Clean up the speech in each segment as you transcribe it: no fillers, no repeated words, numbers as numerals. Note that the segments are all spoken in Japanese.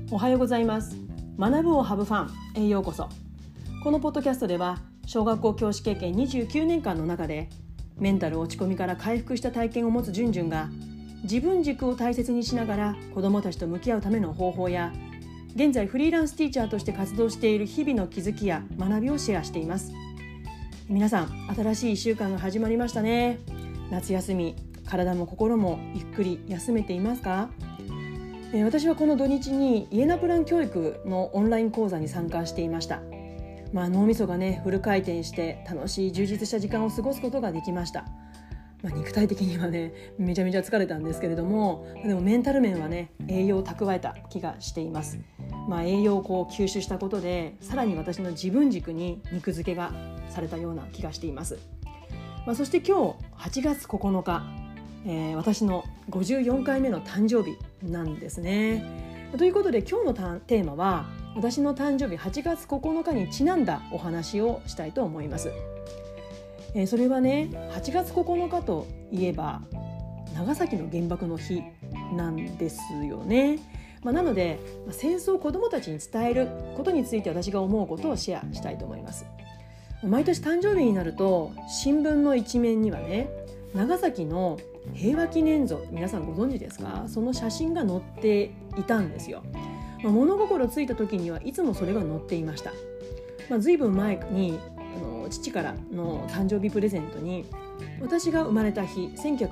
おはようございます。学ぶをハブファンへようこそ。このポッドキャストでは小学校教師経験29年間の中でメンタル落ち込みから回復した体験を持つじゅんじゅんが自分軸を大切にしながら子どもたちと向き合うための方法や現在フリーランスティーチャーとして活動している日々の気づきや学びをシェアしています。皆さん、新しい1週間が始まりましたね。夏休み、体も心もゆっくり休めていますか？私はこの土日にイエナプラン教育のオンライン講座に参加していました。脳みそがフル回転して楽しい充実した時間を過ごすことができました。肉体的にはめちゃめちゃ疲れたんですけれども、でもメンタル面は栄養を蓄えた気がしています。栄養を吸収したことでさらに私の自分軸に肉付けがされたような気がしています。そして今日8月9日、私の54回目の誕生日なんですね。ということで今日のテーマは私の誕生日8月9日にちなんだお話をしたいと思います。それは8月9日といえば長崎の原爆の日なんですよね。なので戦争を子どもたちに伝えることについて私が思うことをシェアしたいと思います。毎年誕生日になると新聞の一面には長崎の平和記念像、皆さんご存知ですか？その写真が載っていたんですよ。物心ついた時にはいつもそれが載っていました。ずいぶん前に父からの誕生日プレゼントに私が生まれた日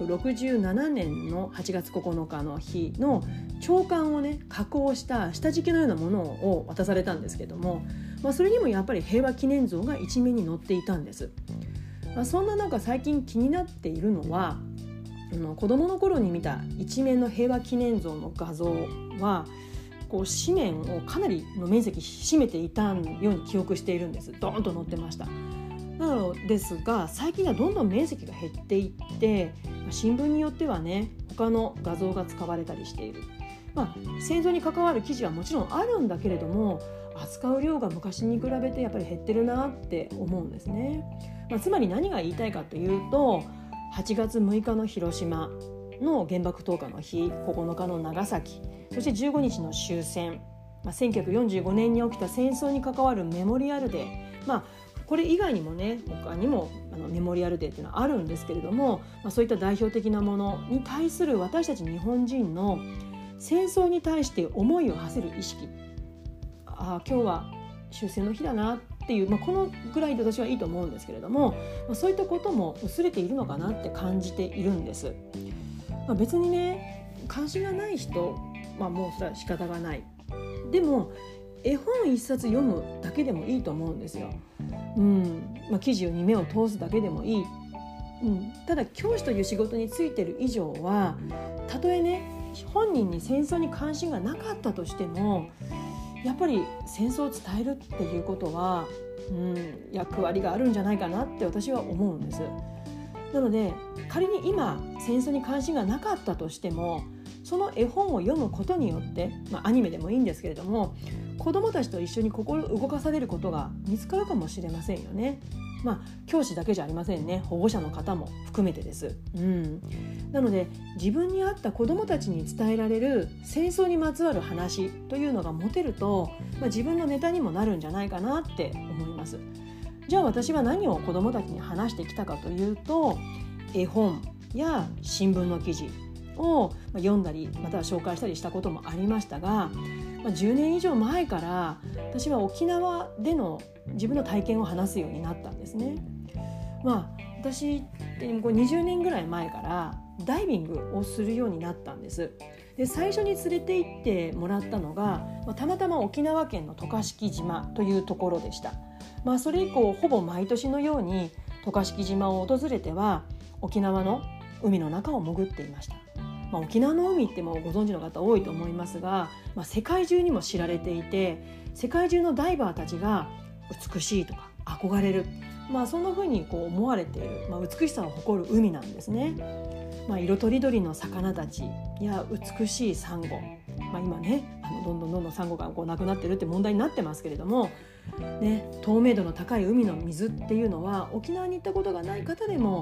1967年の8月9日の日の朝刊を加工した下敷きのようなものを渡されたんですけども、それにもやっぱり平和記念像が一面に載っていたんです。そんな中最近気になっているのは子どもの頃に見た一面の平和記念像の画像は紙面をかなりの面積占めていたように記憶しているんです。ドーンと載ってました。なのですが最近はどんどん面積が減っていって新聞によっては他の画像が使われたりしている。戦争に関わる記事はもちろんあるんだけれども扱う量が昔に比べてやっぱり減ってるなって思うんですね。つまり何が言いたいかというと8月6日の広島の原爆投下の日、9日の長崎、そして15日の終戦、1945年に起きた戦争に関わるメモリアルデー、これ以外にも他にもメモリアルデーっていうのはあるんですけれども、そういった代表的なものに対する私たち日本人の戦争に対して思いを馳せる意識、今日は終戦の日だなっていう、このぐらいで私はいいと思うんですけれども、そういったことも薄れているのかなって感じているんです。別に関心がない人、もうそれは仕方がない。でも絵本一冊読むだけでもいいと思うんですよ。記事に目を通すだけでもいい。ただ教師という仕事に就いている以上はたとえ本人に戦争に関心がなかったとしてもやっぱり戦争を伝えるっていうことは、役割があるんじゃないかなって私は思うんです。なので仮に今戦争に関心がなかったとしてもその絵本を読むことによって、アニメでもいいんですけれども子どもたちと一緒に心動かされることが見つかるかもしれませんよね。教師だけじゃありませんね。保護者の方も含めてです。なので自分に合った子どもたちに伝えられる戦争にまつわる話というのが持てると、自分のネタにもなるんじゃないかなって思います。じゃあ私は何を子どもたちに話してきたかというと絵本や新聞の記事を読んだりまたは紹介したりしたこともありましたが、10年以上前から私は沖縄での自分の体験を話すようになったんですね。私って20年ぐらい前からダイビングをするようになったんです。で最初に連れて行ってもらったのがたまたま沖縄県の渡嘉敷島というところでした。それ以降ほぼ毎年のように渡嘉敷島を訪れては沖縄の海の中を潜っていました。沖縄の海ってもご存知の方多いと思いますが、世界中にも知られていて世界中のダイバーたちが美しいとか憧れる、そんな風に思われている、美しさを誇る海なんですね。色とりどりの魚たちや美しいサンゴ、今どんどんサンゴがなくなってるって問題になってますけれども、透明度の高い海の水っていうのは沖縄に行ったことがない方でも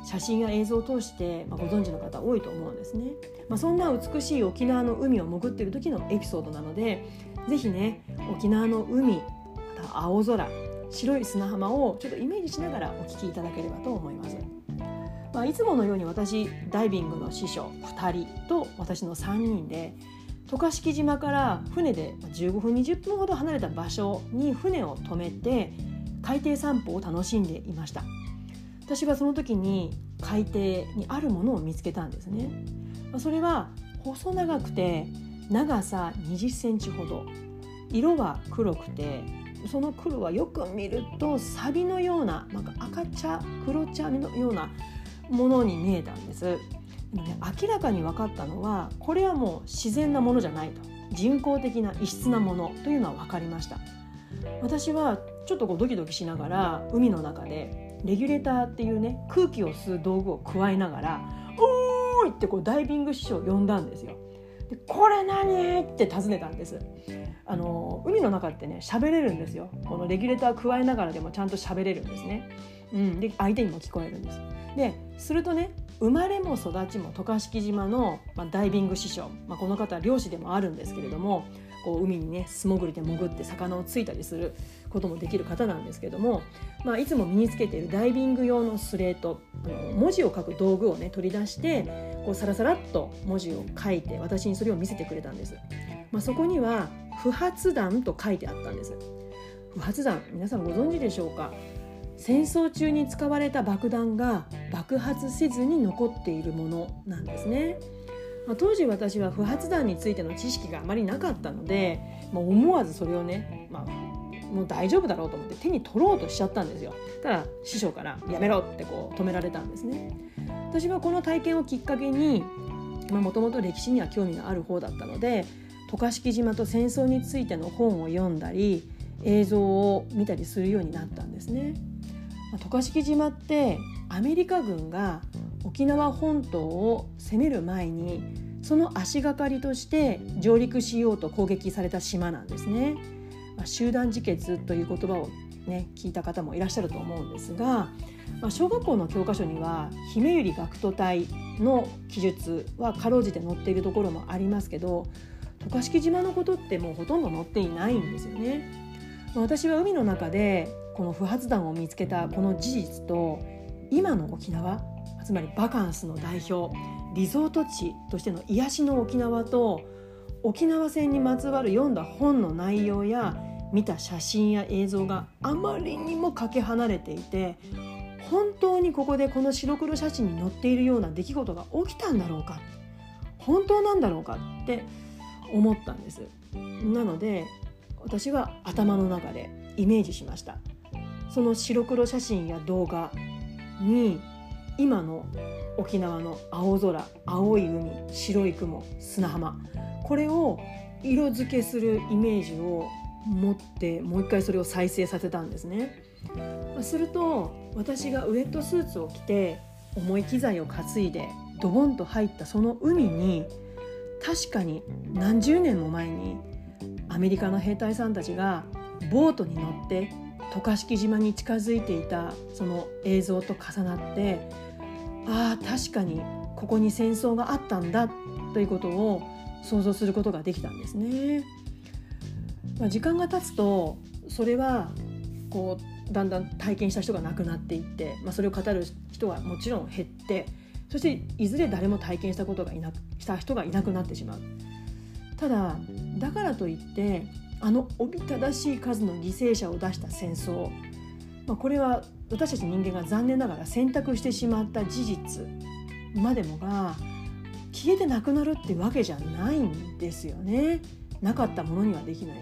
写真や映像を通して、ご存知の方多いと思うんですね。そんな美しい沖縄の海を潜っている時のエピソードなので、ぜひね沖縄の海、また青空、白い砂浜をちょっとイメージしながらお聞きいただければと思います。いつものように私ダイビングの師匠2人と私の3人で渡嘉敷島から船で15分20分ほど離れた場所に船を止めて海底散歩を楽しんでいました。私はその時に海底にあるものを見つけたんですね。それは細長くて長さ20センチほど、色は黒くて、その黒はよく見るとサビのような、赤茶黒茶のようなものに見えたんです。でもね、明らかに分かったのはこれはもう自然なものじゃないと、人工的な異質なものというのは分かりました。私はちょっとドキドキしながら海の中でレギュレーターっていうね空気を吸う道具を加えながらおーいってダイビング師匠を呼んだんですよ。でこれ何って尋ねたんです。海の中ってね喋れるんですよ。このレギュレーター加えながらでもちゃんと喋れるんですね。で相手にも聞こえるんです。でするとね、生まれも育ちも渡嘉敷島の、ダイビング師匠、この方は漁師でもあるんですけれども、海にね素潜りで潜って魚をついたりすることもできる方なんですけども、いつも身につけているダイビング用のスレート、文字を書く道具をね取り出してサラサラっと文字を書いて私にそれを見せてくれたんです。そこには不発弾と書いてあったんです。不発弾、皆さんご存知でしょうか。戦争中に使われた爆弾が爆発せずに残っているものなんですね。当時私は不発弾についての知識があまりなかったので、思わずそれをね、もう大丈夫だろうと思って手に取ろうとしちゃったんですよ。ただ師匠からやめろって止められたんですね。私はこの体験をきっかけにもともと歴史には興味がある方だったので、渡嘉敷島と戦争についての本を読んだり映像を見たりするようになったんですね。渡嘉敷島ってアメリカ軍が沖縄本島を攻める前にその足がかりとして上陸しようと攻撃された島なんですね。集団自決という言葉をね聞いた方もいらっしゃると思うんですが、小学校の教科書にはひめゆり学徒隊の記述はかろうじて載っているところもありますけど、渡嘉敷島のことってもうほとんど載っていないんですよね。私は海の中でこの不発弾を見つけたこの事実と今の沖縄、つまりバカンスの代表、リゾート地としての癒しの沖縄と沖縄戦にまつわる読んだ本の内容や見た写真や映像があまりにもかけ離れていて、本当にここでこの白黒写真に載っているような出来事が起きたんだろうか、本当なんだろうかって思ったんです。なので私は頭の中でイメージしました。その白黒写真や動画に今の沖縄の青空、青い海、白い雲、砂浜、これを色付けするイメージを持ってもう一回それを再生させたんですね。すると私がウェットスーツを着て重い機材を担いでドボンと入ったその海に、確かに何十年も前にアメリカの兵隊さんたちがボートに乗って渡嘉敷島に近づいていたその映像と重なって、確かにここに戦争があったんだということを想像することができたんですね。時間が経つとそれはだんだん体験した人が亡くなっていって、それを語る人はもちろん減って、そしていずれ誰も体験した人がいなくなってしまう。ただだからといっておびただしい数の犠牲者を出した戦争、これは私たち人間が残念ながら選択してしまった事実までもが消えてなくなるってわけじゃないんですよね。なかったものにはできない。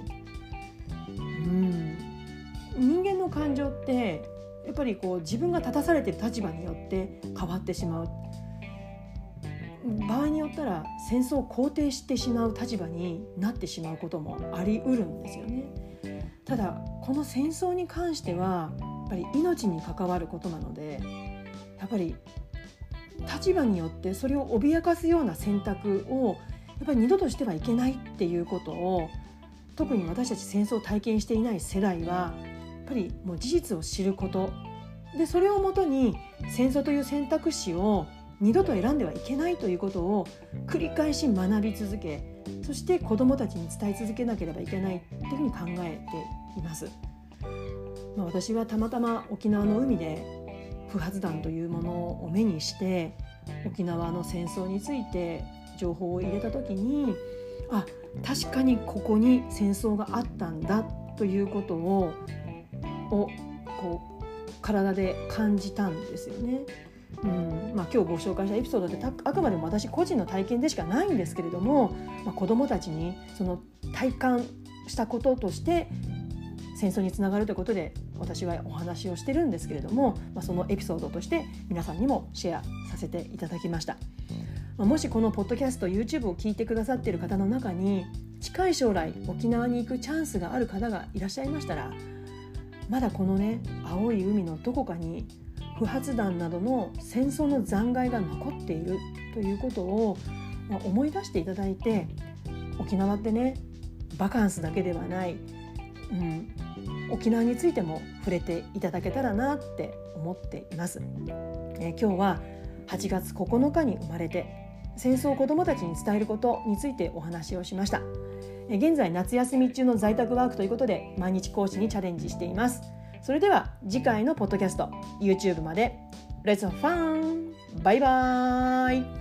人間の感情ってやっぱり自分が立たされている立場によって変わってしまう。場合によったら戦争を肯定してしまう立場になってしまうこともあり得るんですよね。ただこの戦争に関してはやっぱり命に関わることなので、やっぱり立場によってそれを脅かすような選択をやっぱり二度としてはいけないっていうことを、特に私たち戦争を体験していない世代はやっぱりもう事実を知ることでそれをもとに戦争という選択肢を二度と選んではいけないということを繰り返し学び続け、そして子どもたちに伝え続けなければいけないというふうに考えています。私はたまたま沖縄の海で不発弾というものを目にして、沖縄の戦争について情報を入れた時に、確かにここに戦争があったんだということをこう体で感じたんですよね。今日ご紹介したエピソードであくまでも私個人の体験でしかないんですけれども、子どもたちにその体感したこととして戦争につながるということで私はお話をしてるんですけれども、そのエピソードとして皆さんにもシェアさせていただきました。もしこのポッドキャスト YouTube を聞いてくださっている方の中に近い将来沖縄に行くチャンスがある方がいらっしゃいましたら、まだこのね青い海のどこかに不発弾などの戦争の残骸が残っているということを思い出していただいて、沖縄ってねバカンスだけではない、沖縄についても触れていただけたらなって思っています。今日は8月9日に生まれて戦争を子どもたちに伝えることについてお話をしました。現在夏休み中の在宅ワークということで毎日講師にチャレンジしています。それでは次回のポッドキャスト YouTube まで Let's have fun! バイバイ。